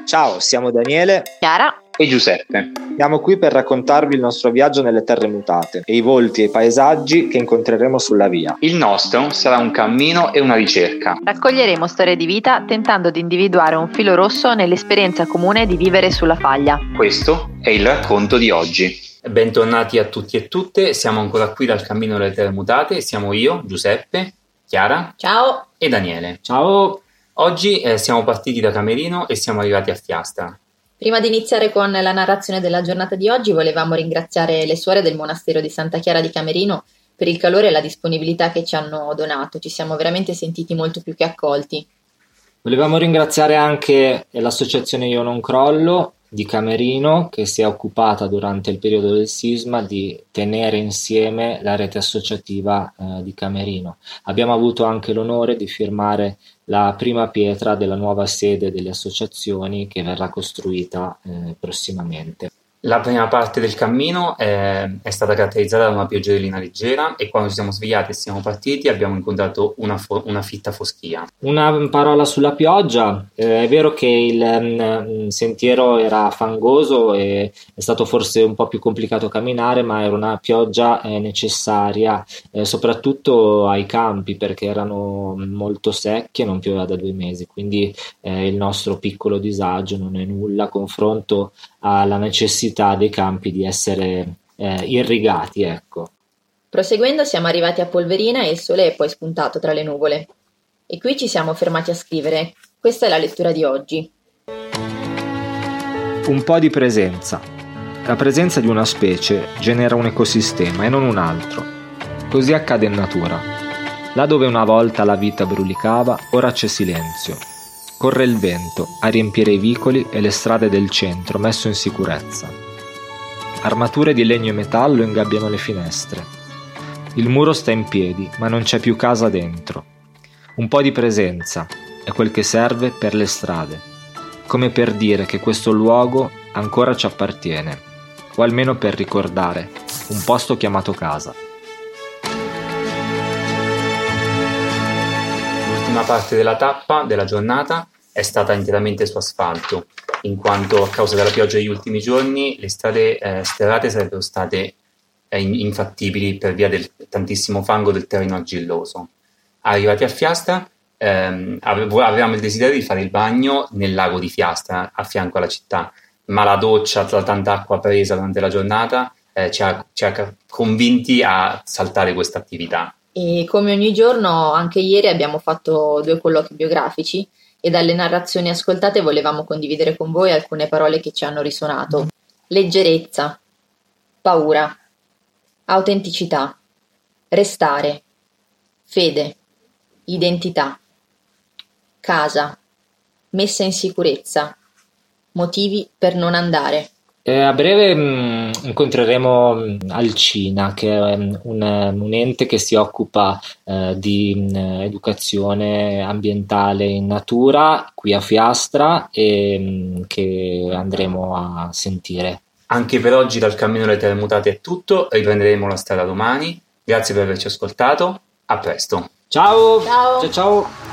Ciao, siamo Daniele, Chiara e Giuseppe. siamo qui per raccontarvi il nostro viaggio nelle terre mutate e i volti e i paesaggi che incontreremo sulla via. Il nostro sarà un cammino e una ricerca. Raccoglieremo storie di vita tentando di individuare un filo rosso nell'esperienza comune di vivere sulla faglia. Questo è il racconto di oggi. Bentornati a tutti e tutte, siamo ancora qui dal Cammino delle Terre Mutate, siamo io, Giuseppe, Chiara Ciao! e Daniele. Ciao! Oggi siamo partiti da Camerino e siamo arrivati a Fiastra. Prima di iniziare con la narrazione della giornata di oggi, volevamo ringraziare le suore del monastero di Santa Chiara di Camerino per il calore e la disponibilità che ci hanno donato. Ci siamo veramente sentiti molto più che accolti. Volevamo ringraziare anche l'associazione Io Non Crollo di Camerino, che si è occupata durante il periodo del sisma di tenere insieme la rete associativa di Camerino. Abbiamo avuto anche l'onore di firmare la prima pietra della nuova sede delle associazioni che verrà costruita prossimamente. La prima parte del cammino è stata caratterizzata da una pioggerellina leggera e quando ci siamo svegliati e siamo partiti abbiamo incontrato una fitta foschia. Una parola sulla pioggia. È vero che il sentiero era fangoso e è stato forse un po' più complicato camminare, ma era una pioggia necessaria, soprattutto ai campi, perché erano molto secchi e non pioveva da 2 mesi, quindi il nostro piccolo disagio non è nulla a confronto alla necessità dei campi di essere irrigati, ecco. Proseguendo siamo arrivati a Polverina e il sole è poi spuntato tra le nuvole. E qui ci siamo fermati a scrivere. Questa è la lettura di oggi. Un po' di presenza. La presenza di una specie genera un ecosistema e non un altro. Così accade in natura. Là dove una volta la vita brulicava, ora c'è silenzio. Corre il vento a riempire i vicoli e le strade del centro messo in sicurezza. Armature di legno e metallo ingabbiano le finestre. Il muro sta in piedi, ma non c'è più casa dentro. Un po' di presenza è quel che serve per le strade, come per dire che questo luogo ancora ci appartiene, o almeno per ricordare un posto chiamato casa. L'ultima parte della tappa della giornata è stata interamente su asfalto, in quanto a causa della pioggia degli ultimi giorni le strade sterrate sarebbero state infattibili per via del tantissimo fango del terreno argilloso. Arrivati a Fiastra avevamo il desiderio di fare il bagno nel lago di Fiastra a fianco alla città, ma la doccia tra tanta acqua presa durante la giornata ci ha convinti a saltare questa attività. E come ogni giorno, anche ieri abbiamo fatto 2 colloqui biografici e dalle narrazioni ascoltate volevamo condividere con voi alcune parole che ci hanno risuonato. Leggerezza, paura, autenticità, restare, fede, identità, casa, messa in sicurezza, motivi per non andare. A breve incontreremo Alcina, che è un ente che si occupa di educazione ambientale in natura qui a Fiastra e che andremo a sentire. Anche per oggi dal Cammino delle Terre Mutate è tutto, riprenderemo la strada domani. Grazie per averci ascoltato, a presto. Ciao! Ciao! Ciao!